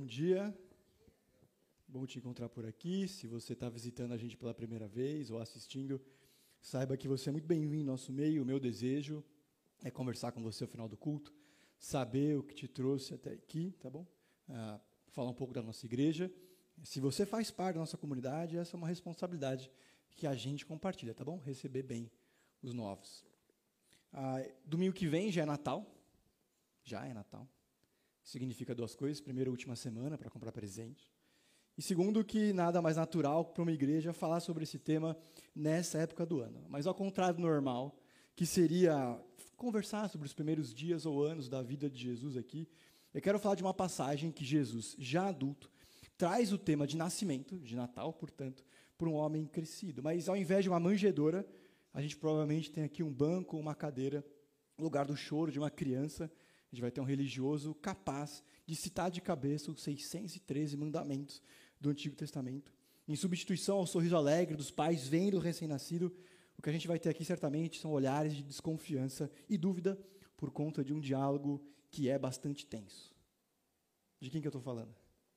dia. Bom te encontrar por aqui. Se você está visitando a gente pela primeira vez ou assistindo, saiba que você é muito bem-vindo em nosso meio. O meu desejo é conversar com você ao final do culto, saber o que te trouxe até aqui, tá bom? Falar um pouco da nossa igreja. Se você faz parte da nossa comunidade, essa é uma responsabilidade que a gente compartilha, tá bom? Receber bem os novos. Domingo que vem já é Natal. Já é Natal. Significa duas coisas. Primeiro, última semana para comprar presente. E segundo, que nada mais natural para uma igreja falar sobre esse tema nessa época do ano. Mas ao contrário do normal, que seria conversar sobre os primeiros dias ou anos da vida de Jesus aqui, eu quero falar de uma passagem que Jesus, já adulto, traz o tema de nascimento, de Natal, portanto, para um homem crescido. Mas ao invés de uma manjedoura, a gente provavelmente tem aqui um banco ou uma cadeira, no lugar do choro de uma criança. A gente vai ter um religioso capaz de citar de cabeça os 613 mandamentos do Antigo Testamento. Em substituição ao sorriso alegre dos pais vendo o recém-nascido, o que a gente vai ter aqui certamente são olhares de desconfiança e dúvida por conta de um diálogo que é bastante tenso. De quem que eu estou falando?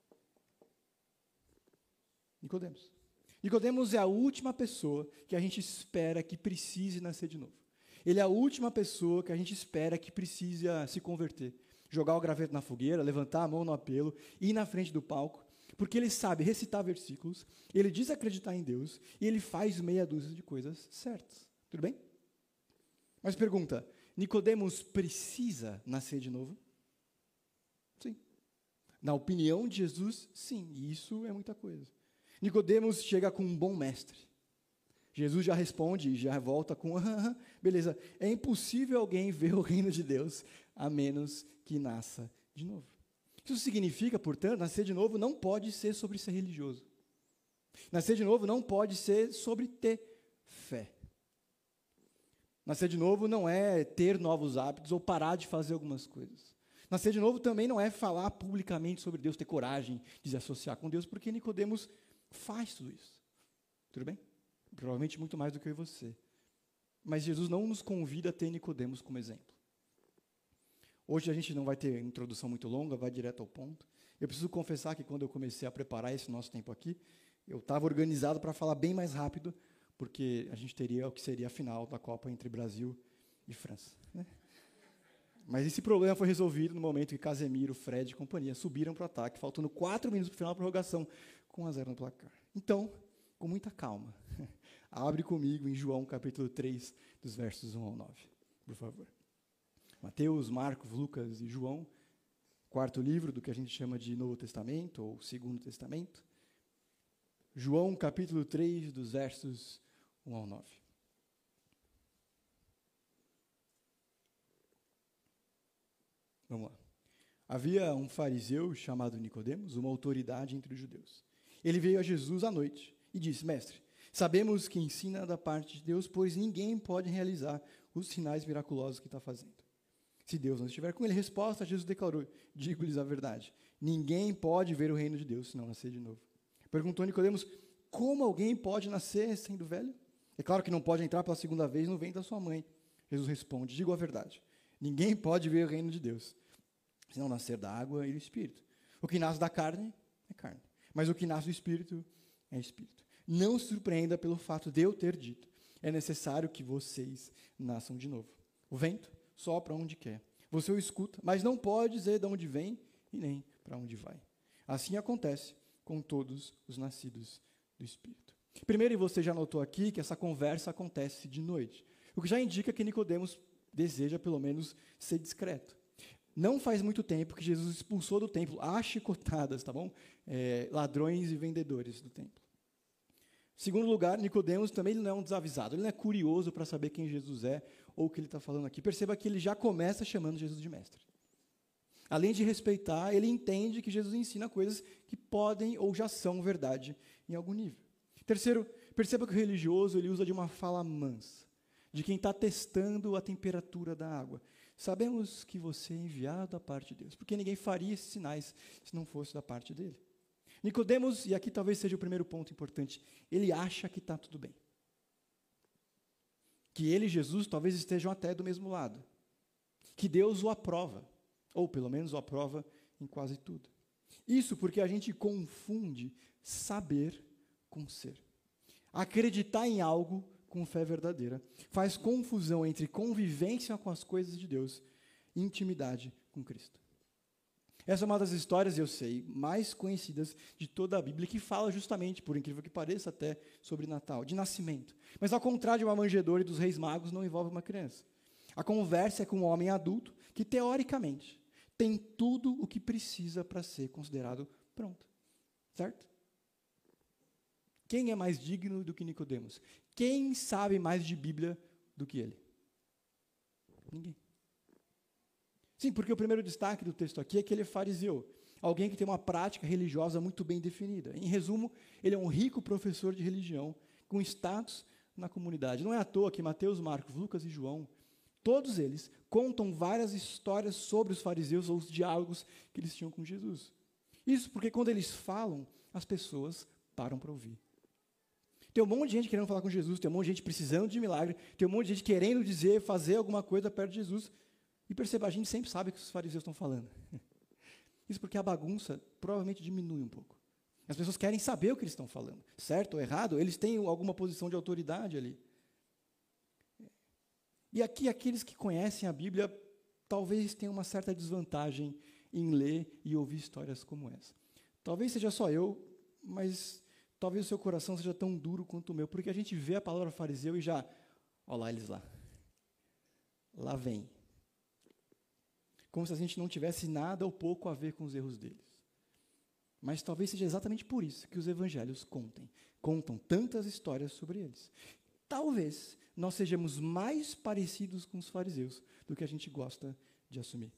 Nicodemos. Nicodemos é a última pessoa que a gente espera que precise nascer de novo. Ele é a última pessoa que a gente espera que precisa se converter. Jogar o graveto na fogueira, levantar a mão no apelo, ir na frente do palco, porque ele sabe recitar versículos, ele diz acreditar em Deus, e ele faz meia dúzia de coisas certas. Tudo bem? Mas pergunta, Nicodemos precisa nascer de novo? Sim. Na opinião de Jesus, sim, e isso é muita coisa. Nicodemos chega com um bom mestre. Jesus já responde e já volta com, beleza, é impossível alguém ver o reino de Deus a menos que nasça de novo. Isso significa, portanto, nascer de novo não pode ser sobre ser religioso. Nascer de novo não pode ser sobre ter fé. Nascer de novo não é ter novos hábitos ou parar de fazer algumas coisas. Nascer de novo também não é falar publicamente sobre Deus, ter coragem de se associar com Deus, porque Nicodemos faz tudo isso. Tudo bem? Provavelmente muito mais do que eu e você. Mas Jesus não nos convida a ter Nicodemos como exemplo. Hoje a gente não vai ter introdução muito longa, vai direto ao ponto. Eu preciso confessar que quando eu comecei a preparar esse nosso tempo aqui, eu estava organizado para falar bem mais rápido, porque a gente teria o que seria a final da Copa entre Brasil e França, né? Mas esse problema foi resolvido no momento que Casemiro, Fred e companhia subiram para o ataque, faltando 4 minutos para o final da prorrogação, com 1-0 no placar. Então, com muita calma, abre comigo em João capítulo 3, dos versos 1 ao 9, por favor. Mateus, Marcos, Lucas e João, quarto livro do que a gente chama de Novo Testamento, ou Segundo Testamento. João capítulo 3, dos versos 1 ao 9. Vamos lá. Havia um fariseu chamado Nicodemos, uma autoridade entre os judeus. Ele veio a Jesus à noite e disse, mestre, sabemos que ensina da parte de Deus, pois ninguém pode realizar os sinais miraculosos que está fazendo. Se Deus não estiver com ele, resposta, Jesus declarou, digo-lhes a verdade, ninguém pode ver o reino de Deus se não nascer de novo. Perguntou Nicodemos, como alguém pode nascer sendo velho? É claro que não pode entrar pela segunda vez no ventre da sua mãe. Jesus responde, digo a verdade, ninguém pode ver o reino de Deus se não nascer da água e do Espírito. O que nasce da carne é carne, mas o que nasce do Espírito é Espírito. Não se surpreenda pelo fato de eu ter dito, é necessário que vocês nasçam de novo. O vento sopra onde quer. Você o escuta, mas não pode dizer de onde vem e nem para onde vai. Assim acontece com todos os nascidos do Espírito. Primeiro, você já notou aqui que essa conversa acontece de noite, o que já indica que Nicodemos deseja pelo menos ser discreto. Não faz muito tempo que Jesus expulsou do templo a chicotadas, tá bom? Ladrões e vendedores do templo. Segundo lugar, Nicodemos também não é um desavisado, ele não é curioso para saber quem Jesus é ou o que ele está falando aqui. Perceba que ele já começa chamando Jesus de mestre. Além de respeitar, ele entende que Jesus ensina coisas que podem ou já são verdade em algum nível. Terceiro, perceba que o religioso ele usa de uma fala mansa, de quem está testando a temperatura da água. Sabemos que você é enviado da parte de Deus, porque ninguém faria esses sinais se não fosse da parte dele. Nicodemos, e aqui talvez seja o primeiro ponto importante, ele acha que está tudo bem. Que ele e Jesus talvez estejam até do mesmo lado. Que Deus o aprova, ou pelo menos o aprova em quase tudo. Isso porque a gente confunde saber com ser. Acreditar em algo com fé verdadeira faz confusão entre convivência com as coisas de Deus e intimidade com Cristo. Essa é uma das histórias, eu sei, mais conhecidas de toda a Bíblia, que fala justamente, por incrível que pareça até, sobre Natal, de nascimento. Mas ao contrário de uma manjedoura e dos reis magos, não envolve uma criança. A conversa é com um homem adulto que, teoricamente, tem tudo o que precisa para ser considerado pronto. Certo? Quem é mais digno do que Nicodemos? Quem sabe mais de Bíblia do que ele? Ninguém. Sim, porque o primeiro destaque do texto aqui é que ele é fariseu, alguém que tem uma prática religiosa muito bem definida. Em resumo, ele é um rico professor de religião, com status na comunidade. Não é à toa que Mateus, Marcos, Lucas e João, todos eles contam várias histórias sobre os fariseus ou os diálogos que eles tinham com Jesus. Isso porque quando eles falam, as pessoas param para ouvir. Tem um monte de gente querendo falar com Jesus, tem um monte de gente precisando de milagre, tem um monte de gente querendo dizer, fazer alguma coisa perto de Jesus. E perceba, a gente sempre sabe o que os fariseus estão falando. Isso porque a bagunça provavelmente diminui um pouco. As pessoas querem saber o que eles estão falando. Certo ou errado, eles têm alguma posição de autoridade ali. E aqui, aqueles que conhecem a Bíblia, talvez tenham uma certa desvantagem em ler e ouvir histórias como essa. Talvez seja só eu, mas talvez o seu coração seja tão duro quanto o meu, porque a gente vê a palavra fariseu e já, olha lá eles lá. Lá vem. Como se a gente não tivesse nada ou pouco a ver com os erros deles. Mas talvez seja exatamente por isso que os evangelhos contam tantas histórias sobre eles. Talvez nós sejamos mais parecidos com os fariseus do que a gente gosta de assumir.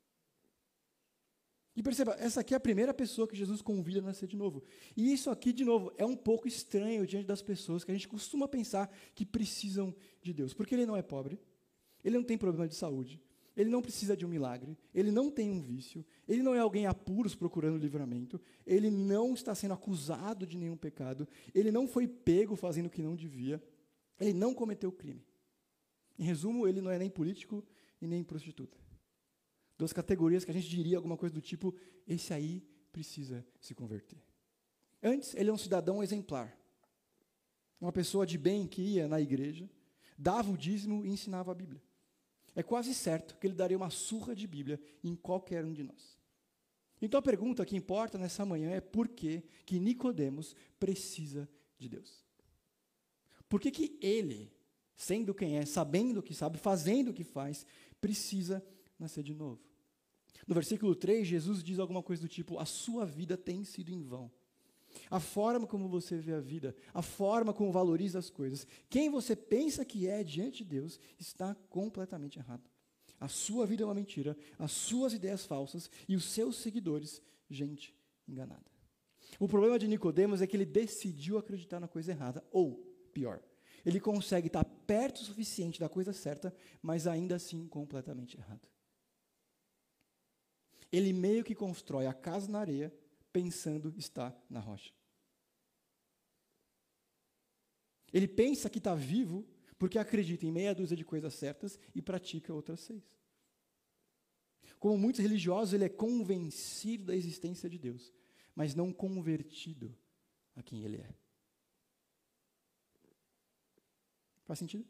E perceba, essa aqui é a primeira pessoa que Jesus convida a nascer de novo. E isso aqui, de novo, é um pouco estranho diante das pessoas que a gente costuma pensar que precisam de Deus. Porque ele não é pobre, ele não tem problema de saúde, ele não precisa de um milagre, ele não tem um vício, ele não é alguém a apuros procurando livramento, ele não está sendo acusado de nenhum pecado, ele não foi pego fazendo o que não devia, ele não cometeu crime. Em resumo, ele não é nem político e nem prostituta. Duas categorias que a gente diria alguma coisa do tipo, esse aí precisa se converter. Antes, ele é um cidadão exemplar. Uma pessoa de bem que ia na igreja, dava o dízimo e ensinava a Bíblia. É quase certo que ele daria uma surra de Bíblia em qualquer um de nós. Então a pergunta que importa nessa manhã é por que Nicodemos precisa de Deus? Por que ele, sendo quem é, sabendo o que sabe, fazendo o que faz, precisa nascer de novo? No versículo 3, Jesus diz alguma coisa do tipo, a sua vida tem sido em vão. A forma como você vê a vida, a forma como valoriza as coisas, quem você pensa que é diante de Deus, está completamente errado. A sua vida é uma mentira, as suas ideias falsas e os seus seguidores, gente enganada. O problema de Nicodemos é que ele decidiu acreditar na coisa errada, ou, pior, ele consegue estar perto o suficiente da coisa certa, mas ainda assim completamente errado. Ele meio que constrói a casa na areia, pensando estar na rocha. Ele pensa que está vivo porque acredita em meia dúzia de coisas certas e pratica outras 6. Como muitos religiosos, ele é convencido da existência de Deus, mas não convertido a quem ele é. Faz sentido?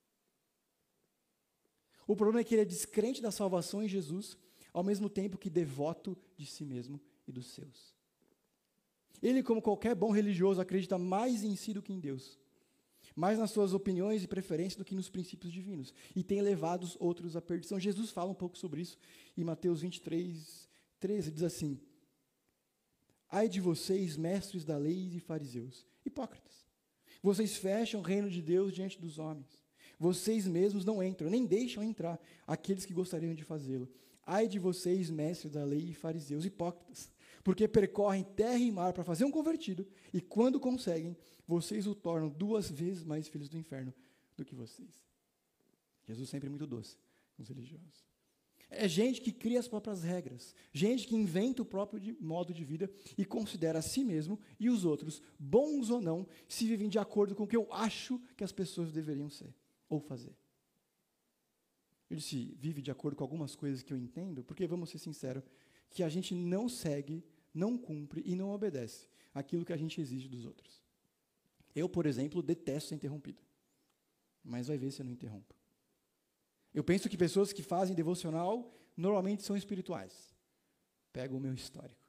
O problema é que ele é descrente da salvação em Jesus, ao mesmo tempo que devoto de si mesmo e dos seus. Ele, como qualquer bom religioso, acredita mais em si do que em Deus, mais nas suas opiniões e preferências do que nos princípios divinos, e tem levado os outros à perdição. Jesus fala um pouco sobre isso em Mateus 23, 13, diz assim, ai de vocês, mestres da lei e fariseus, hipócritas, vocês fecham o reino de Deus diante dos homens, vocês mesmos não entram, nem deixam entrar aqueles que gostariam de fazê-lo. Ai de vocês, mestres da lei e fariseus, hipócritas, porque percorrem terra e mar para fazer um convertido, e quando conseguem, vocês o tornam 2 vezes mais filhos do inferno do que vocês. Jesus sempre muito doce com os religiosos. É gente que cria as próprias regras, gente que inventa o próprio modo de vida e considera a si mesmo e os outros, bons ou não, se vivem de acordo com o que eu acho que as pessoas deveriam ser ou fazer. Ele se vive de acordo com algumas coisas que eu entendo, porque, vamos ser sinceros, que a gente não segue não cumpre e não obedece aquilo que a gente exige dos outros. Eu, por exemplo, detesto ser interrompido. Mas vai ver se eu não interrompo. Eu penso que pessoas que fazem devocional normalmente são espirituais. Pego o meu histórico.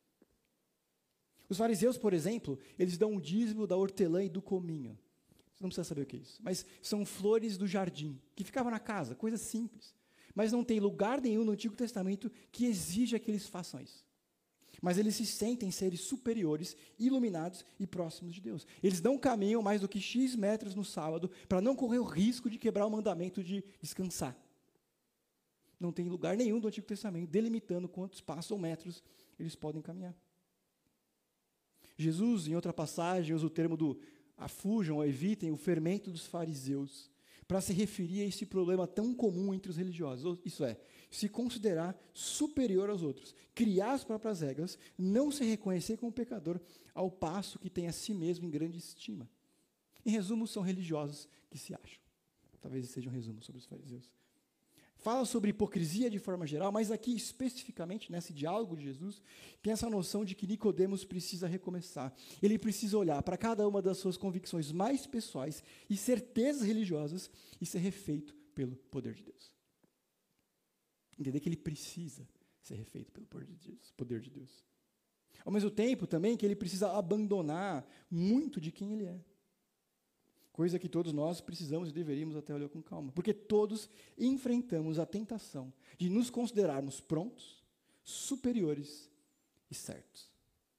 Os fariseus, por exemplo, eles dão o dízimo da hortelã e do cominho. Você não precisa saber o que é isso. Mas são flores do jardim, que ficavam na casa, coisa simples. Mas não tem lugar nenhum no Antigo Testamento que exija que eles façam isso. Mas eles se sentem seres superiores, iluminados e próximos de Deus. Eles não caminham mais do que X metros no sábado para não correr o risco de quebrar o mandamento de descansar. Não tem lugar nenhum do Antigo Testamento delimitando quantos passos ou metros eles podem caminhar. Jesus, em outra passagem, usa o termo do afujam ou evitem o fermento dos fariseus para se referir a esse problema tão comum entre os religiosos. Isso é, se considerar superior aos outros, criar as próprias regras, não se reconhecer como pecador, ao passo que tem a si mesmo em grande estima. Em resumo, são religiosos que se acham. Talvez esse seja um resumo sobre os fariseus. Fala sobre hipocrisia de forma geral, mas aqui especificamente, nesse diálogo de Jesus, tem essa noção de que Nicodemos precisa recomeçar. Ele precisa olhar para cada uma das suas convicções mais pessoais e certezas religiosas e ser refeito pelo poder de Deus. Entender que ele precisa ser refeito pelo poder de Deus. Ao mesmo tempo, também, que ele precisa abandonar muito de quem ele é. Coisa que todos nós precisamos e deveríamos até olhar com calma. Porque todos enfrentamos a tentação de nos considerarmos prontos, superiores e certos.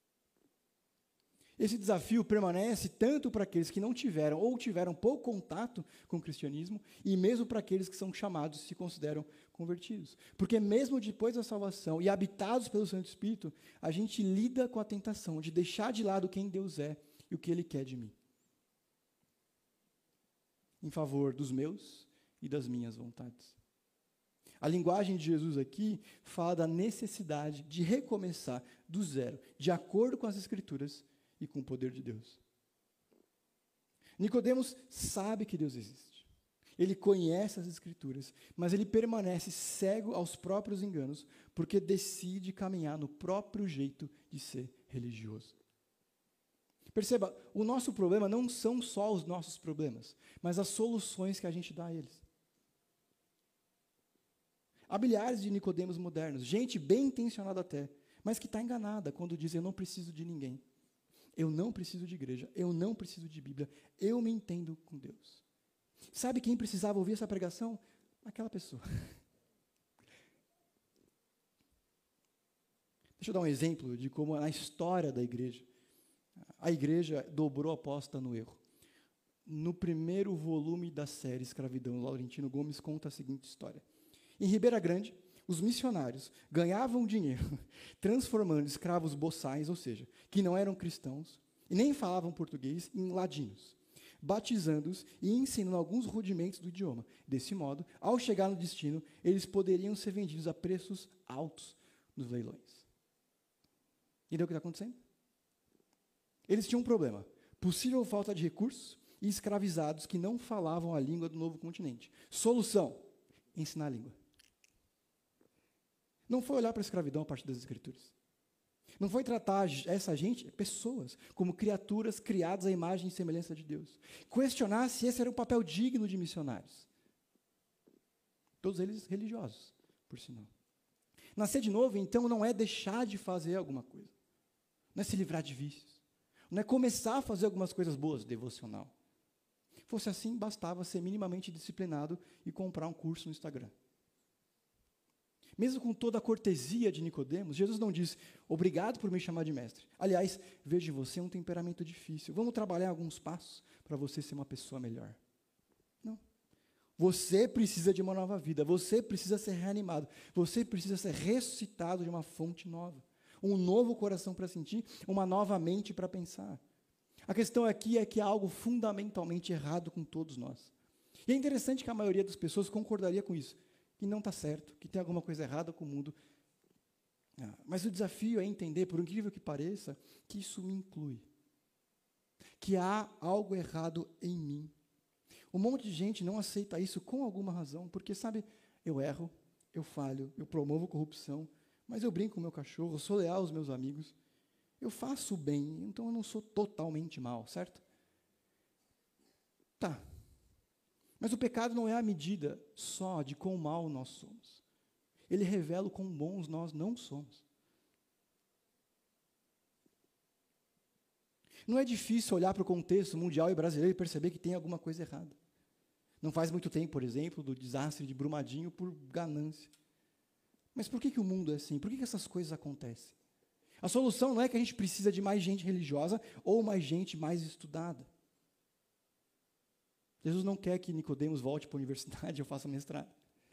Esse desafio permanece tanto para aqueles que não tiveram ou tiveram pouco contato com o cristianismo e mesmo para aqueles que são chamados e se consideram convertidos. Porque mesmo depois da salvação e habitados pelo Santo Espírito, a gente lida com a tentação de deixar de lado quem Deus é e o que Ele quer de mim. Em favor dos meus e das minhas vontades. A linguagem de Jesus aqui fala da necessidade de recomeçar do zero, de acordo com as Escrituras e com o poder de Deus. Nicodemos sabe que Deus existe. Ele conhece as Escrituras, mas ele permanece cego aos próprios enganos, porque decide caminhar no próprio jeito de ser religioso. Perceba, o nosso problema não são só os nossos problemas, mas as soluções que a gente dá a eles. Há milhares de Nicodemos modernos, gente bem intencionada até, mas que está enganada quando diz: eu não preciso de ninguém, eu não preciso de igreja, eu não preciso de Bíblia, eu me entendo com Deus. Sabe quem precisava ouvir essa pregação? Aquela pessoa. Deixa eu dar um exemplo de como na história da igreja, a igreja dobrou a aposta no erro. No primeiro volume da série Escravidão, Laurentino Gomes conta a seguinte história. Em Ribeira Grande, os missionários ganhavam dinheiro transformando escravos boçais, ou seja, que não eram cristãos e nem falavam português, em ladinos, batizando-os e ensinando alguns rudimentos do idioma. Desse modo, ao chegar no destino, eles poderiam ser vendidos a preços altos nos leilões. Entendeu o que está acontecendo? Eles tinham um problema, possível falta de recursos e escravizados que não falavam a língua do novo continente. Solução: ensinar a língua. Não foi olhar para a escravidão a partir das Escrituras. Não foi tratar essa gente, pessoas, como criaturas criadas à imagem e semelhança de Deus. Questionar se esse era um papel digno de missionários. Todos eles religiosos, por sinal. Nascer de novo, então, não é deixar de fazer alguma coisa. Não é se livrar de vícios. Não é começar a fazer algumas coisas boas, devocional. Fosse assim, bastava ser minimamente disciplinado e comprar um curso no Instagram. Mesmo com toda a cortesia de Nicodemos, Jesus não diz: obrigado por me chamar de mestre. Aliás, vejo em você um temperamento difícil. Vamos trabalhar alguns passos para você ser uma pessoa melhor. Não. Você precisa de uma nova vida. Você precisa ser reanimado. Você precisa ser ressuscitado de uma fonte nova. Um novo coração para sentir, uma nova mente para pensar. A questão aqui é que há algo fundamentalmente errado com todos nós. E é interessante que a maioria das pessoas concordaria com isso, que não está certo, que tem alguma coisa errada com o mundo. Mas o desafio é entender, por incrível que pareça, que isso me inclui. Que há algo errado em mim. Um monte de gente não aceita isso com alguma razão, porque, sabe, eu erro, eu falho, eu promovo corrupção, mas eu brinco com o meu cachorro, eu sou leal aos meus amigos, eu faço o bem, então eu não sou totalmente mal, certo? Tá. Mas o pecado não é a medida só de quão mal nós somos. Ele revela o quão bons nós não somos. Não é difícil olhar para o contexto mundial e brasileiro e perceber que tem alguma coisa errada. Não faz muito tempo, por exemplo, do desastre de Brumadinho por ganância. Mas por que o mundo é assim? Por que essas coisas acontecem? A solução não é que a gente precisa de mais gente religiosa ou mais gente mais estudada. Jesus não quer que Nicodemos volte para a universidade ou faça mestrado.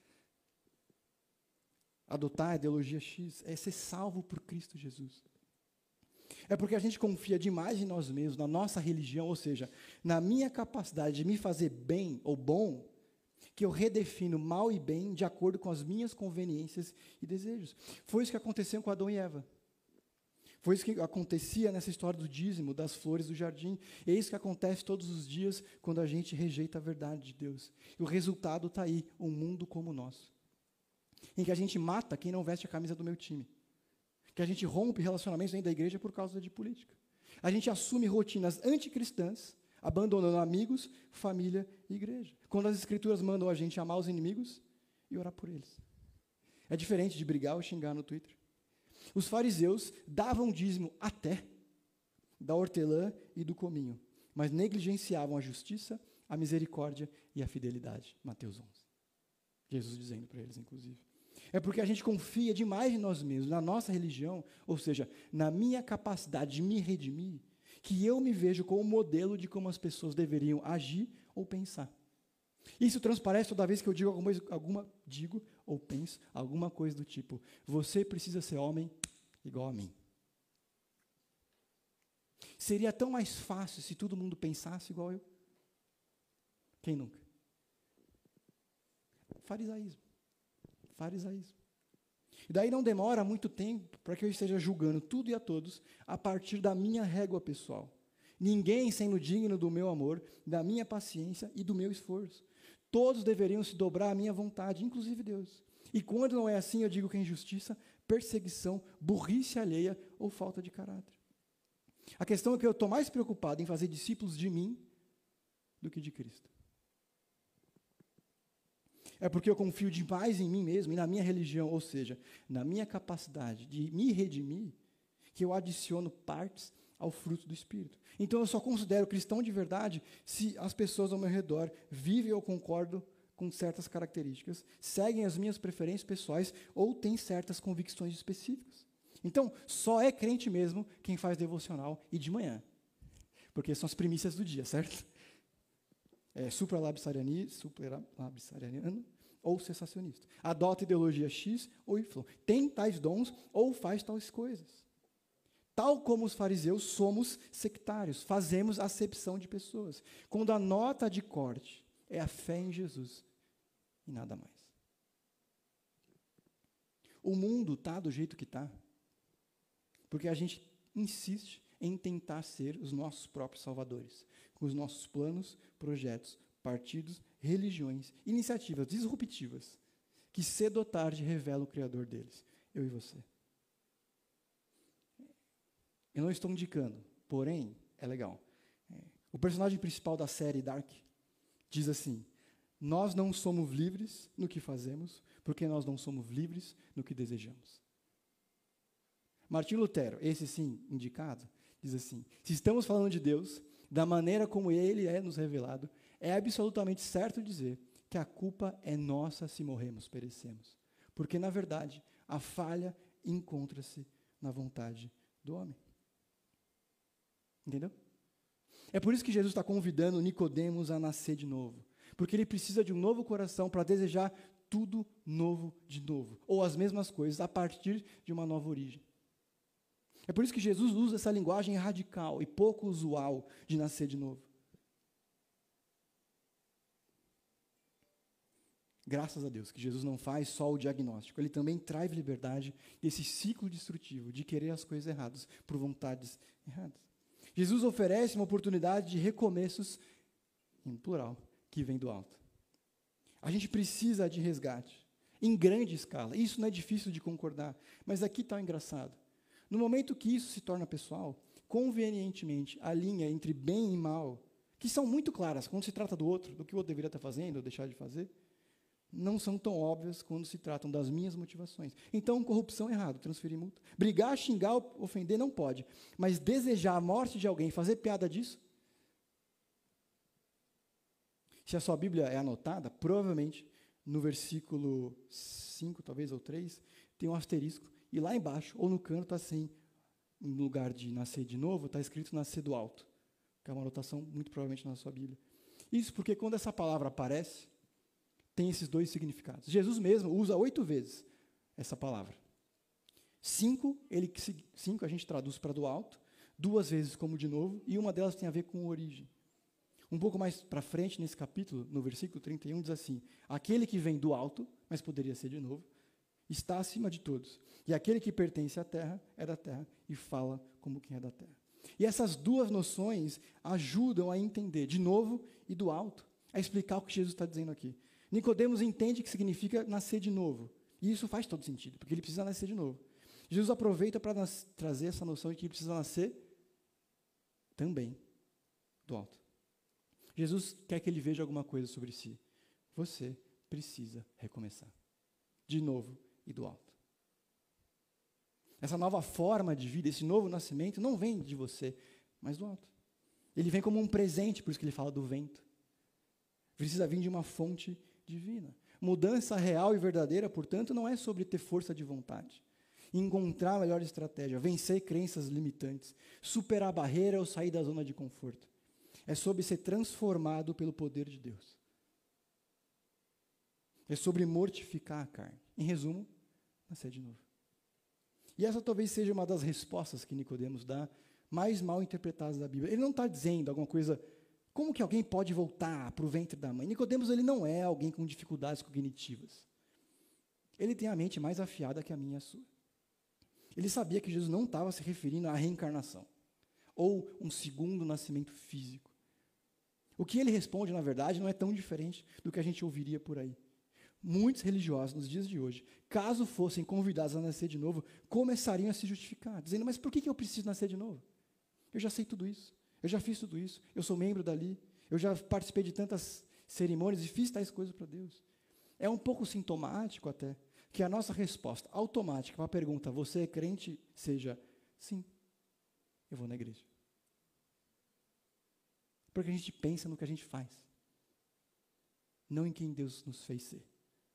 Adotar a ideologia X é ser salvo por Cristo Jesus. É porque a gente confia demais em nós mesmos, na nossa religião, ou seja, na minha capacidade de me fazer bem ou bom, que eu redefino mal e bem de acordo com as minhas conveniências e desejos. Foi isso que aconteceu com Adão e Eva. Foi isso que acontecia nessa história do dízimo, das flores do jardim. E é isso que acontece todos os dias quando a gente rejeita a verdade de Deus. E o resultado está aí, um mundo como o nosso. Em que a gente mata quem não veste a camisa do meu time. Que a gente rompe relacionamentos dentro da igreja por causa de política. A gente assume rotinas anticristãs, abandonando amigos, família e igreja. Quando as escrituras mandam a gente amar os inimigos e orar por eles. É diferente de brigar ou xingar no Twitter. Os fariseus davam dízimo até da hortelã e do cominho, mas negligenciavam a justiça, a misericórdia e a fidelidade. Mateus 11. Jesus dizendo para eles, inclusive. É porque a gente confia demais em nós mesmos, na nossa religião, ou seja, na minha capacidade de me redimir, que eu me vejo como modelo de como as pessoas deveriam agir ou pensar. Isso transparece toda vez que eu digo ou penso alguma coisa do tipo: você precisa ser homem igual a mim. Seria tão mais fácil se todo mundo pensasse igual eu. Quem nunca? Farisaísmo. E daí não demora muito tempo para que eu esteja julgando tudo e a todos a partir da minha régua pessoal. Ninguém sendo digno do meu amor, da minha paciência e do meu esforço. Todos deveriam se dobrar à minha vontade, inclusive Deus. E quando não é assim, eu digo que é injustiça, perseguição, burrice alheia ou falta de caráter. A questão é que eu estou mais preocupado em fazer discípulos de mim do que de Cristo. É porque eu confio demais em mim mesmo e na minha religião, ou seja, na minha capacidade de me redimir, que eu adiciono partes ao fruto do Espírito. Então eu só considero cristão de verdade se as pessoas ao meu redor vivem ou concordam com certas características, seguem as minhas preferências pessoais ou têm certas convicções específicas. Então, só é crente mesmo quem faz devocional e de manhã. Porque são as primícias do dia, certo? Supralapsariano ou cessacionista. Adota ideologia X ou Y. Tem tais dons ou faz tais coisas. Tal como os fariseus, somos sectários, fazemos acepção de pessoas. Quando a nota de corte é a fé em Jesus e nada mais. O mundo está do jeito que está, porque a gente insiste em tentar ser os nossos próprios salvadores, com os nossos planos, projetos, partidos, religiões, iniciativas disruptivas, que cedo ou tarde revelam o Criador deles, eu e você. Eu não estou indicando, porém, é legal. O personagem principal da série Dark diz assim: nós não somos livres no que fazemos, porque nós não somos livres no que desejamos. Martim Lutero, esse sim, indicado, diz assim: se estamos falando de Deus, da maneira como Ele é nos revelado, é absolutamente certo dizer que a culpa é nossa se morremos, perecemos. Porque, na verdade, a falha encontra-se na vontade do homem. Entendeu? É por isso que Jesus está convidando Nicodemos a nascer de novo. Porque ele precisa de um novo coração para desejar tudo novo de novo. Ou as mesmas coisas a partir de uma nova origem. É por isso que Jesus usa essa linguagem radical e pouco usual de nascer de novo. Graças a Deus que Jesus não faz só o diagnóstico, ele também traz liberdade desse ciclo destrutivo de querer as coisas erradas por vontades erradas. Jesus oferece uma oportunidade de recomeços, em plural, que vem do alto. A gente precisa de resgate. em grande escala. Isso não é difícil de concordar, mas aqui está o engraçado. No momento que isso se torna pessoal, convenientemente, a linha entre bem e mal, que são muito claras quando se trata do outro, do que o outro deveria estar fazendo ou deixar de fazer, não são tão óbvias quando se tratam das minhas motivações. Então, corrupção é errado, transferir multa. Brigar, xingar, ofender não pode. Mas desejar a morte de alguém, fazer piada disso? Se a sua Bíblia é anotada, provavelmente no versículo 5, talvez, ou 3, tem um asterisco. E lá embaixo, ou no canto, está assim, no lugar de nascer de novo, está escrito nascer do alto, que é uma anotação muito provavelmente na sua Bíblia. Isso porque quando essa palavra aparece, tem esses dois significados. Jesus mesmo usa 8 vezes essa palavra. 5 a gente traduz para do alto, 2 vezes como de novo, e uma delas tem a ver com origem. Um pouco mais para frente, nesse capítulo, no versículo 31, diz assim: aquele que vem do alto, mas poderia ser de novo, está acima de todos. E aquele que pertence à terra é da terra e fala como quem é da terra. E essas duas noções ajudam a entender, de novo e do alto, a explicar o que Jesus está dizendo aqui. Nicodemos entende que significa nascer de novo. E isso faz todo sentido, porque ele precisa nascer de novo. Jesus aproveita para trazer essa noção de que ele precisa nascer também do alto. Jesus quer que ele veja alguma coisa sobre si. Você precisa recomeçar. De novo e do alto. Essa nova forma de vida, esse novo nascimento, não vem de você, mas do alto. Ele vem como um presente, por isso que ele fala do vento. Precisa vir de uma fonte divina. Mudança real e verdadeira, portanto, não é sobre ter força de vontade, encontrar a melhor estratégia, vencer crenças limitantes, superar a barreira ou sair da zona de conforto. É sobre ser transformado pelo poder de Deus. É sobre mortificar a carne. Em resumo, nascer de novo. E essa talvez seja uma das respostas que Nicodemos dá, mais mal interpretadas da Bíblia. Ele não está dizendo alguma coisa, como que alguém pode voltar para o ventre da mãe? Nicodemos, ele não é alguém com dificuldades cognitivas. Ele tem a mente mais afiada que a minha e a sua. Ele sabia que Jesus não estava se referindo à reencarnação, ou um segundo nascimento físico. O que ele responde, na verdade, não é tão diferente do que a gente ouviria por aí. Muitos religiosos, nos dias de hoje, caso fossem convidados a nascer de novo, começariam a se justificar, dizendo, mas por que eu preciso nascer de novo? Eu já sei tudo isso, eu já fiz tudo isso, eu sou membro dali, eu já participei de tantas cerimônias e fiz tais coisas para Deus. É um pouco sintomático até, que a nossa resposta automática para a pergunta, você é crente, seja, sim, eu vou na igreja. Porque a gente pensa no que a gente faz, não em quem Deus nos fez ser.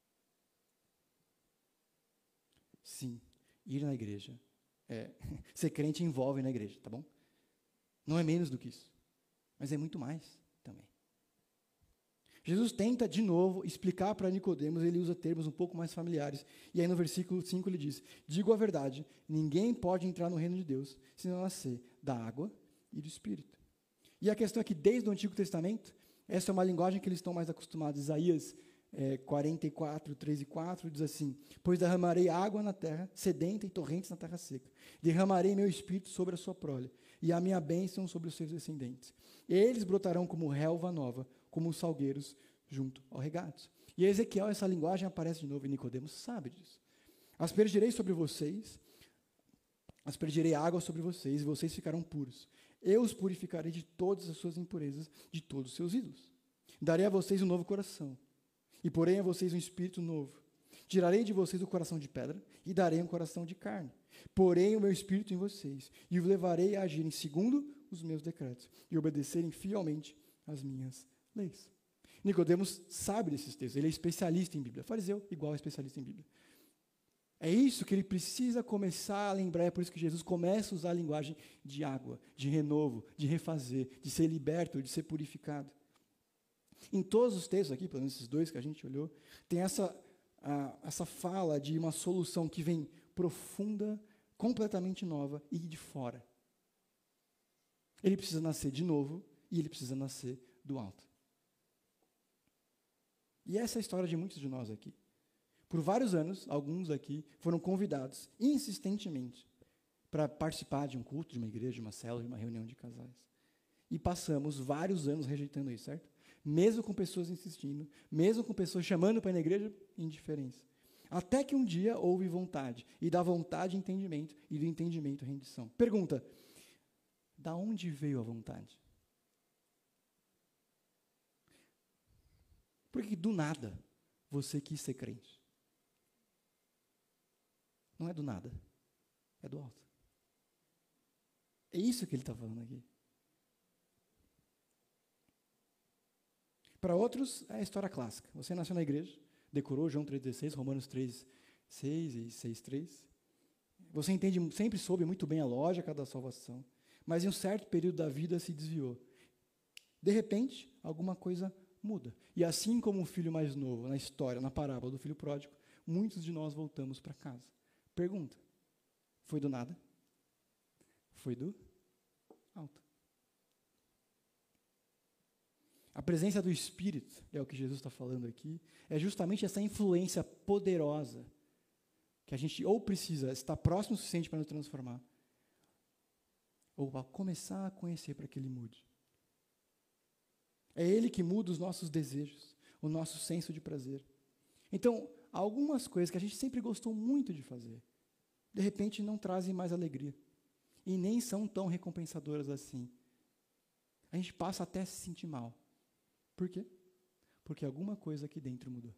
Sim, ir na igreja, ser crente envolve na igreja, tá bom? Não é menos do que isso, mas é muito mais também. Jesus tenta, de novo, explicar para Nicodemos, ele usa termos um pouco mais familiares, e aí no versículo 5 ele diz, digo a verdade, ninguém pode entrar no reino de Deus, se não nascer da água e do Espírito. E a questão é que, desde o Antigo Testamento, essa é uma linguagem que eles estão mais acostumados. Isaías 44, 3 e 4, diz assim, pois derramarei água na terra, sedenta e torrentes na terra seca. Derramarei meu espírito sobre a sua prole, e a minha bênção sobre os seus descendentes. Eles brotarão como relva nova, como os salgueiros junto ao regatos. E Ezequiel, essa linguagem aparece de novo, e Nicodemos sabe disso. Aspergirei sobre vocês, aspergirei água sobre vocês, e vocês ficarão puros. Eu os purificarei de todas as suas impurezas, de todos os seus ídolos. Darei a vocês um novo coração, e porei a vocês um espírito novo. Tirarei de vocês o coração de pedra, e darei um coração de carne. Porei o meu espírito em vocês, e os levarei a agirem segundo os meus decretos, e obedecerem fielmente às minhas leis. Nicodemos sabe desses textos, ele é especialista em Bíblia. Fariseu, igual especialista em Bíblia. É isso que ele precisa começar a lembrar, é por isso que Jesus começa a usar a linguagem de água, de renovo, de refazer, de ser liberto, de ser purificado. Em todos os textos aqui, pelo menos esses dois que a gente olhou, tem essa fala de uma solução que vem profunda, completamente nova e de fora. Ele precisa nascer de novo e ele precisa nascer do alto. E essa é a história de muitos de nós aqui. Por vários anos, alguns aqui foram convidados insistentemente para participar de um culto, de uma igreja, de uma célula, de uma reunião de casais. E passamos vários anos rejeitando isso, certo? Mesmo com pessoas insistindo, mesmo com pessoas chamando para ir na igreja, indiferença. Até que um dia houve vontade, e da vontade entendimento, e do entendimento rendição. Pergunta, da onde veio a vontade? Porque do nada você quis ser crente. Não é do nada, é do alto. É isso que ele está falando aqui. Para outros, é a história clássica. Você nasceu na igreja, decorou João 3,16, Romanos 3,6 e 6,3. Você sempre soube muito bem a lógica da salvação, mas em um certo período da vida se desviou. De repente, alguma coisa muda. E assim como o filho mais novo, na história, na parábola do filho pródigo, muitos de nós voltamos para casa. Pergunta, foi do nada? Foi do alto. A presença do Espírito, é o que Jesus está falando aqui, é justamente essa influência poderosa que a gente ou precisa estar próximo o suficiente para nos transformar, ou para começar a conhecer para que Ele mude. É Ele que muda os nossos desejos, o nosso senso de prazer. Então, algumas coisas que a gente sempre gostou muito de fazer, de repente não trazem mais alegria, e nem são tão recompensadoras assim. A gente passa até a se sentir mal. Por quê? Porque alguma coisa aqui dentro mudou.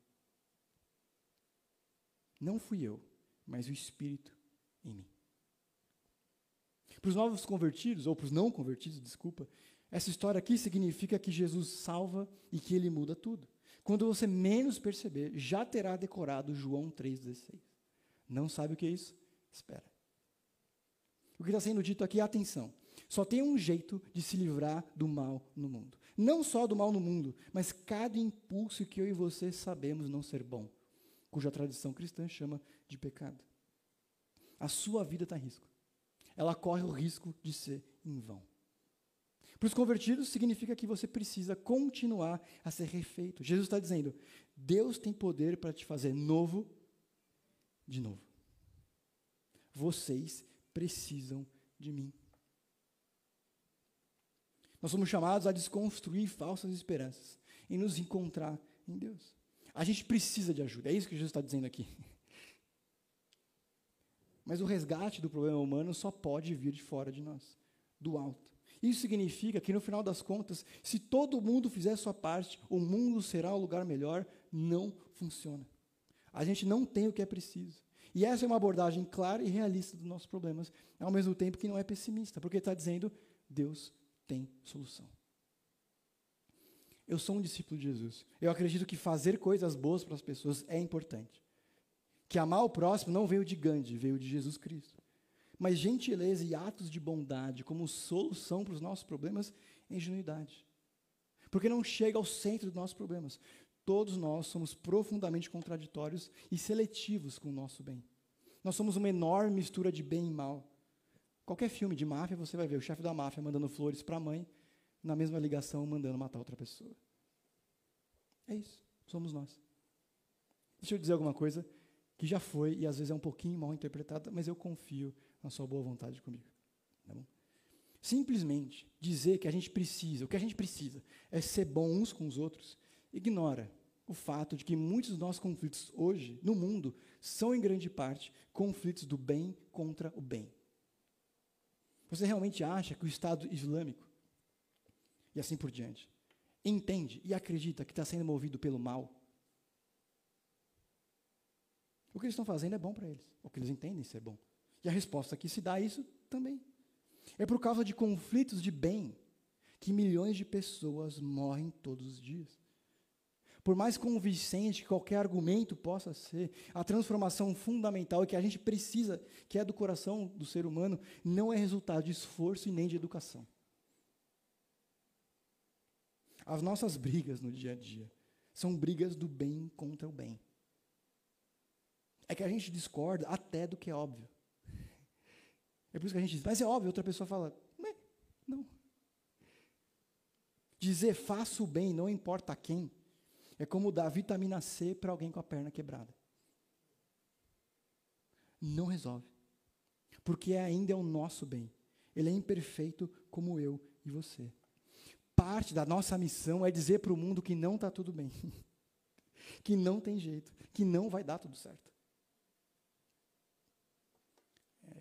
Não fui eu, mas o Espírito em mim. Para os novos convertidos, ou para os não convertidos, desculpa, essa história aqui significa que Jesus salva e que Ele muda tudo. Quando você menos perceber, já terá decorado João 3,16. Não sabe o que é isso? Espera. O que está sendo dito aqui é atenção. Só tem um jeito de se livrar do mal no mundo. Não só do mal no mundo, mas cada impulso que eu e você sabemos não ser bom, cuja tradição cristã chama de pecado. A sua vida está em risco. Ela corre o risco de ser em vão. Para os convertidos, significa que você precisa continuar a ser refeito. Jesus está dizendo, Deus tem poder para te fazer novo de novo. Vocês precisam de mim. Nós somos chamados a desconstruir falsas esperanças e nos encontrar em Deus. A gente precisa de ajuda, é isso que Jesus está dizendo aqui. Mas o resgate do problema humano só pode vir de fora de nós, do alto. Isso significa que, no final das contas, se todo mundo fizer a sua parte, o mundo será um lugar melhor. Não funciona. A gente não tem o que é preciso. E essa é uma abordagem clara e realista dos nossos problemas, ao mesmo tempo que não é pessimista, porque está dizendo, Deus tem solução. Eu sou um discípulo de Jesus. Eu acredito que fazer coisas boas para as pessoas é importante. Que amar o próximo não veio de Gandhi, veio de Jesus Cristo. Mas gentileza e atos de bondade como solução para os nossos problemas é ingenuidade. Porque não chega ao centro dos nossos problemas. Todos nós somos profundamente contraditórios e seletivos com o nosso bem. Nós somos uma enorme mistura de bem e mal. Qualquer filme de máfia, você vai ver o chefe da máfia mandando flores para a mãe, na mesma ligação mandando matar outra pessoa. É isso, somos nós. Deixa eu dizer alguma coisa que já foi, e às vezes é um pouquinho mal interpretada, mas eu confio na sua boa vontade comigo. Tá bom? Simplesmente dizer que a gente precisa, o que a gente precisa é ser bom uns com os outros, ignora o fato de que muitos dos nossos conflitos hoje, no mundo, são em grande parte conflitos do bem contra o bem. Você realmente acha que o Estado Islâmico, e assim por diante, entende e acredita que está sendo movido pelo mal? O que eles estão fazendo é bom para eles, o que eles entendem ser bom. E a resposta que se dá a isso também. É por causa de conflitos de bem que milhões de pessoas morrem todos os dias. Por mais convincente que qualquer argumento possa ser, a transformação fundamental que a gente precisa, que é do coração do ser humano, não é resultado de esforço e nem de educação. As nossas brigas no dia a dia são brigas do bem contra o bem. É que a gente discorda até do que é óbvio. É por isso que a gente diz, mas é óbvio, outra pessoa fala, não. Dizer faço o bem, não importa a quem, é como dar vitamina C para alguém com a perna quebrada. Não resolve. Porque ainda é o nosso bem. Ele é imperfeito como eu e você. Parte da nossa missão é dizer para o mundo que não está tudo bem. Que não tem jeito. Que não vai dar tudo certo.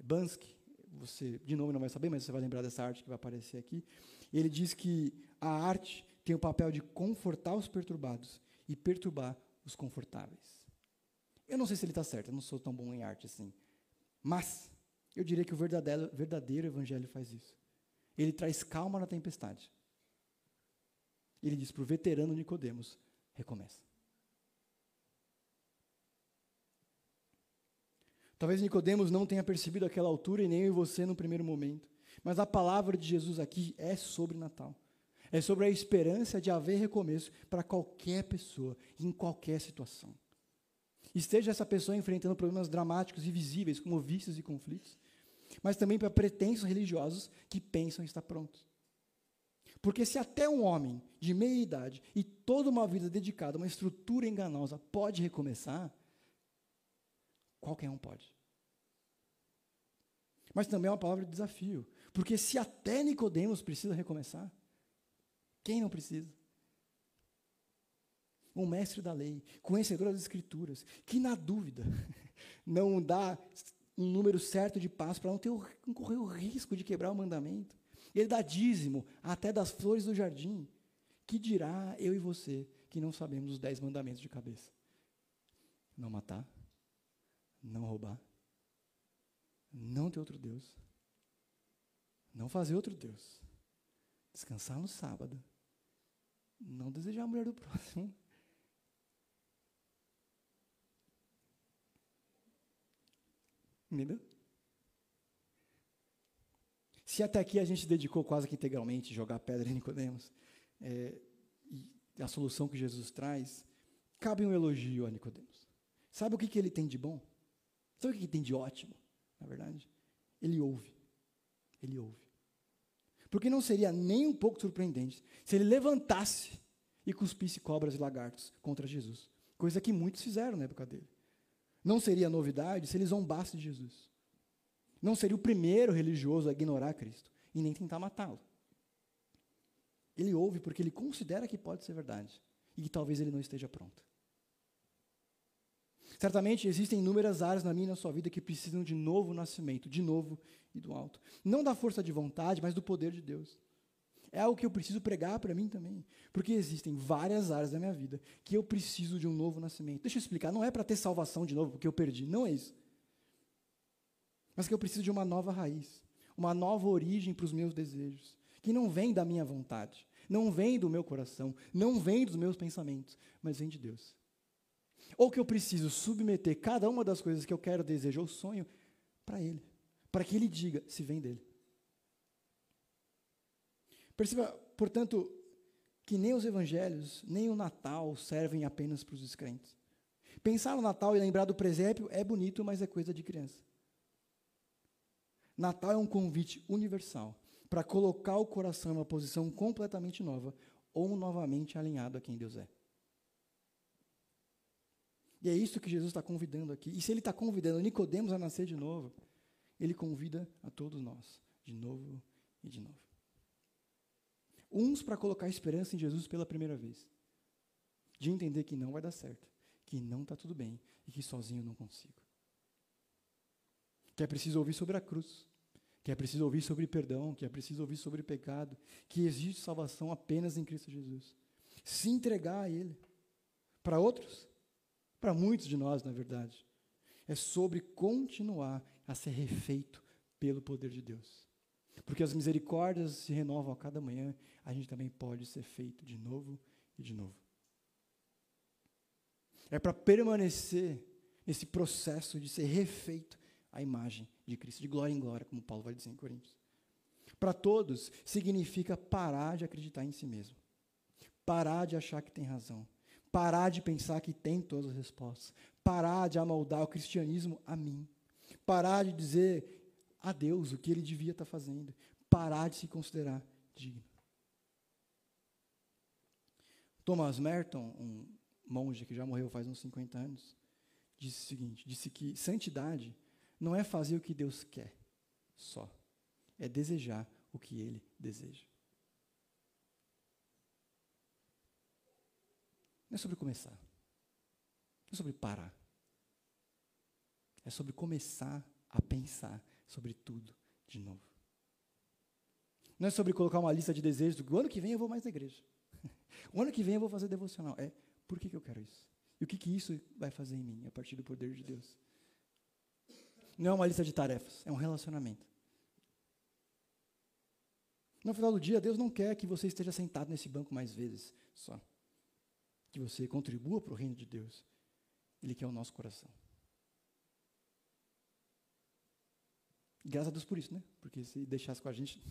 Bansky, você de novo não vai saber, mas você vai lembrar dessa arte que vai aparecer aqui. Ele diz que a arte tem o papel de confortar os perturbados e perturbar os confortáveis. Eu não sei se ele está certo, eu não sou tão bom em arte assim. Mas eu diria que o verdadeiro evangelho faz isso. Ele traz calma na tempestade. Ele diz para o veterano Nicodemos, recomeça. Talvez Nicodemos não tenha percebido aquela altura e nem eu e você no primeiro momento. Mas a palavra de Jesus aqui é sobre Natal. É sobre a esperança de haver recomeço para qualquer pessoa, em qualquer situação. Esteja essa pessoa enfrentando problemas dramáticos e visíveis, como vícios e conflitos, mas também para pretensos religiosos que pensam estar prontos. Porque se até um homem de meia idade e toda uma vida dedicada a uma estrutura enganosa pode recomeçar, qualquer um pode. Mas também é uma palavra de desafio, porque se até Nicodemos precisa recomeçar, quem não precisa? Um mestre da lei, conhecedor das escrituras, que na dúvida não dá um número certo de passos para não correr o risco de quebrar o mandamento. Ele dá dízimo até das flores do jardim. Que dirá eu e você que não sabemos os 10 mandamentos de cabeça? Não matar, não roubar, não ter outro Deus, não fazer outro Deus, descansar no sábado, não desejar a mulher do próximo. Entendeu? Se até aqui a gente dedicou quase que integralmente a jogar pedra em Nicodemos, e a solução que Jesus traz, cabe um elogio a Nicodemos. Sabe o que ele tem de bom? Sabe o que ele tem de ótimo, na verdade? Ele ouve. Ele ouve. Porque não seria nem um pouco surpreendente se ele levantasse e cuspisse cobras e lagartos contra Jesus. Coisa que muitos fizeram na época dele. Não seria novidade se ele zombasse de Jesus. Não seria o primeiro religioso a ignorar Cristo e nem tentar matá-lo. Ele ouve porque ele considera que pode ser verdade e que talvez ele não esteja pronto. Certamente existem inúmeras áreas na minha e na sua vida que precisam de novo nascimento, de novo e do alto. Não da força de vontade, mas do poder de Deus. É algo que eu preciso pregar para mim também, porque existem várias áreas da minha vida que eu preciso de um novo nascimento. Deixa eu explicar, não é para ter salvação de novo, porque eu perdi, não é isso. Mas que eu preciso de uma nova raiz, uma nova origem para os meus desejos, que não vem da minha vontade, não vem do meu coração, não vem dos meus pensamentos, mas vem de Deus. Ou que eu preciso submeter cada uma das coisas que eu quero, desejo ou sonho para Ele, para que Ele diga se vem dEle. Perceba, portanto, que nem os evangelhos, nem o Natal servem apenas para os descrentes. Pensar no Natal e lembrar do presépio é bonito, mas é coisa de criança. Natal é um convite universal para colocar o coração em uma posição completamente nova ou novamente alinhado a quem Deus é. E é isso que Jesus está convidando aqui. E se Ele está convidando Nicodemos a nascer de novo, Ele convida a todos nós, de novo e de novo. Uns para colocar esperança em Jesus pela primeira vez, de entender que não vai dar certo, que não está tudo bem e que sozinho não consigo. Que é preciso ouvir sobre a cruz, que é preciso ouvir sobre perdão, que é preciso ouvir sobre pecado, que existe salvação apenas em Cristo Jesus. Se entregar a Ele. Para outros, para muitos de nós, na verdade, é sobre continuar a ser refeito pelo poder de Deus. Porque as misericórdias se renovam a cada manhã, a gente também pode ser feito de novo e de novo. É para permanecer nesse processo de ser refeito à imagem de Cristo, de glória em glória, como Paulo vai dizer em Coríntios. Para todos, significa parar de acreditar em si mesmo, parar de achar que tem razão, parar de pensar que tem todas as respostas, parar de amoldar o cristianismo a mim, parar de dizer a Deus o que Ele devia estar fazendo, parar de se considerar digno. Thomas Merton, um monge que já morreu faz uns 50 anos, disse o seguinte, disse que santidade não é fazer o que Deus quer só, é desejar o que Ele deseja. Não é sobre começar, não é sobre parar, é sobre começar a pensar sobre tudo de novo. Não é sobre colocar uma lista de desejos, o ano que vem eu vou mais na igreja. O ano que vem eu vou fazer devocional. É, por que eu quero isso? E o que isso vai fazer em mim, a partir do poder de Deus? Não é uma lista de tarefas, é um relacionamento. No final do dia, Deus não quer que você esteja sentado nesse banco mais vezes só. Que você contribua para o reino de Deus. Ele quer o nosso coração. Graças a Deus por isso, né? Porque se deixasse com a gente...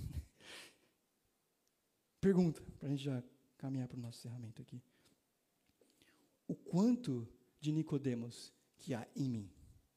Pergunta, para a gente já caminhar para o nosso encerramento aqui. O quanto de Nicodemos que há em mim?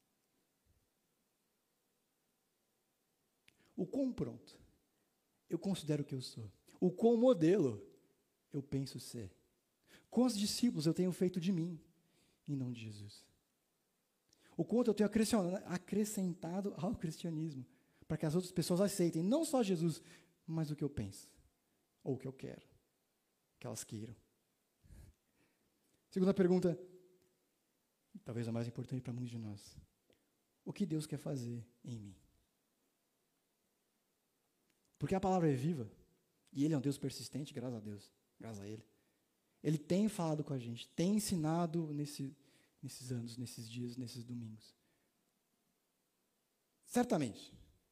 O quão pronto eu considero que eu sou? O quão modelo eu penso ser? Quantos discípulos eu tenho feito de mim e não de Jesus? O quanto eu tenho acrescentado ao cristianismo para que as outras pessoas aceitem não só Jesus, mas o que eu penso, ou o que eu quero, que elas queiram. Segunda pergunta, talvez a mais importante para muitos de nós. O que Deus quer fazer em mim? Porque a palavra é viva, e Ele é um Deus persistente, graças a Deus, graças a Ele. Ele tem falado com a gente, tem ensinado nesses anos, nesses dias, nesses domingos. Certamente,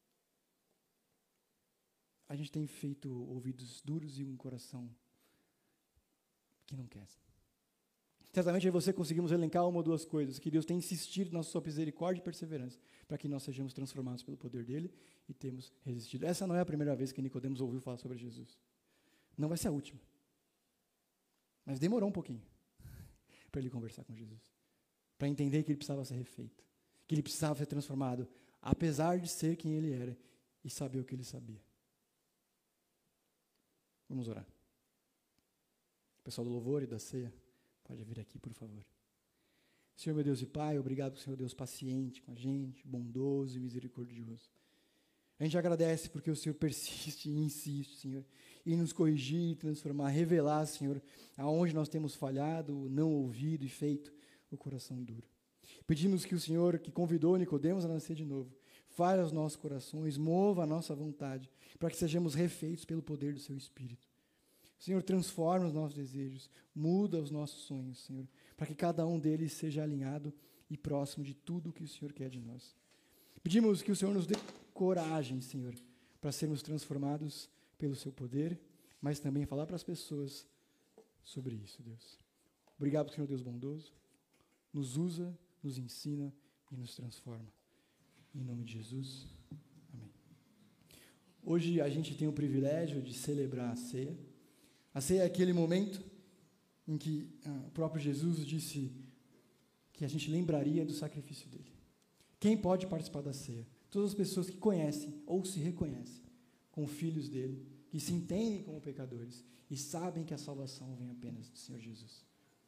a gente tem feito ouvidos duros e um coração que não quer. Certamente aí você conseguimos elencar uma ou duas coisas, que Deus tem insistido na sua misericórdia e perseverança, para que nós sejamos transformados pelo poder dEle e temos resistido. Essa não é a primeira vez que Nicodemos ouviu falar sobre Jesus. Não vai ser a última. Mas demorou um pouquinho para ele conversar com Jesus, para entender que ele precisava ser refeito, que ele precisava ser transformado, apesar de ser quem ele era e saber o que ele sabia. Vamos orar. O pessoal do louvor e da ceia, pode vir aqui, por favor. Senhor, meu Deus e Pai, obrigado, Senhor Deus, paciente com a gente, bondoso e misericordioso. A gente agradece porque o Senhor persiste e insiste, Senhor, em nos corrigir, transformar, revelar, Senhor, aonde nós temos falhado, não ouvido e feito o coração duro. Pedimos que o Senhor, que convidou Nicodemos a nascer de novo, fale aos nossos corações, mova a nossa vontade, para que sejamos refeitos pelo poder do Seu Espírito. Senhor, transforma os nossos desejos, muda os nossos sonhos, Senhor, para que cada um deles seja alinhado e próximo de tudo o que o Senhor quer de nós. Pedimos que o Senhor nos dê coragem, Senhor, para sermos transformados pelo Seu poder, mas também falar para as pessoas sobre isso, Deus. Obrigado, Senhor Deus bondoso. Nos usa, nos ensina e nos transforma. Em nome de Jesus, amém. Hoje a gente tem o privilégio de celebrar a ceia. A ceia é aquele momento em que o próprio Jesus disse que a gente lembraria do sacrifício dele. Quem pode participar da ceia? Todas as pessoas que conhecem ou se reconhecem como filhos dele, que se entendem como pecadores e sabem que a salvação vem apenas do Senhor Jesus.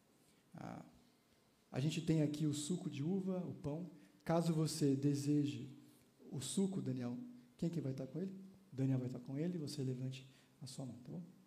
A gente tem aqui o suco de uva, o pão. Caso você deseje o suco, Daniel, quem que vai estar com ele? Daniel vai estar com ele, você levante a sua mão, tá bom?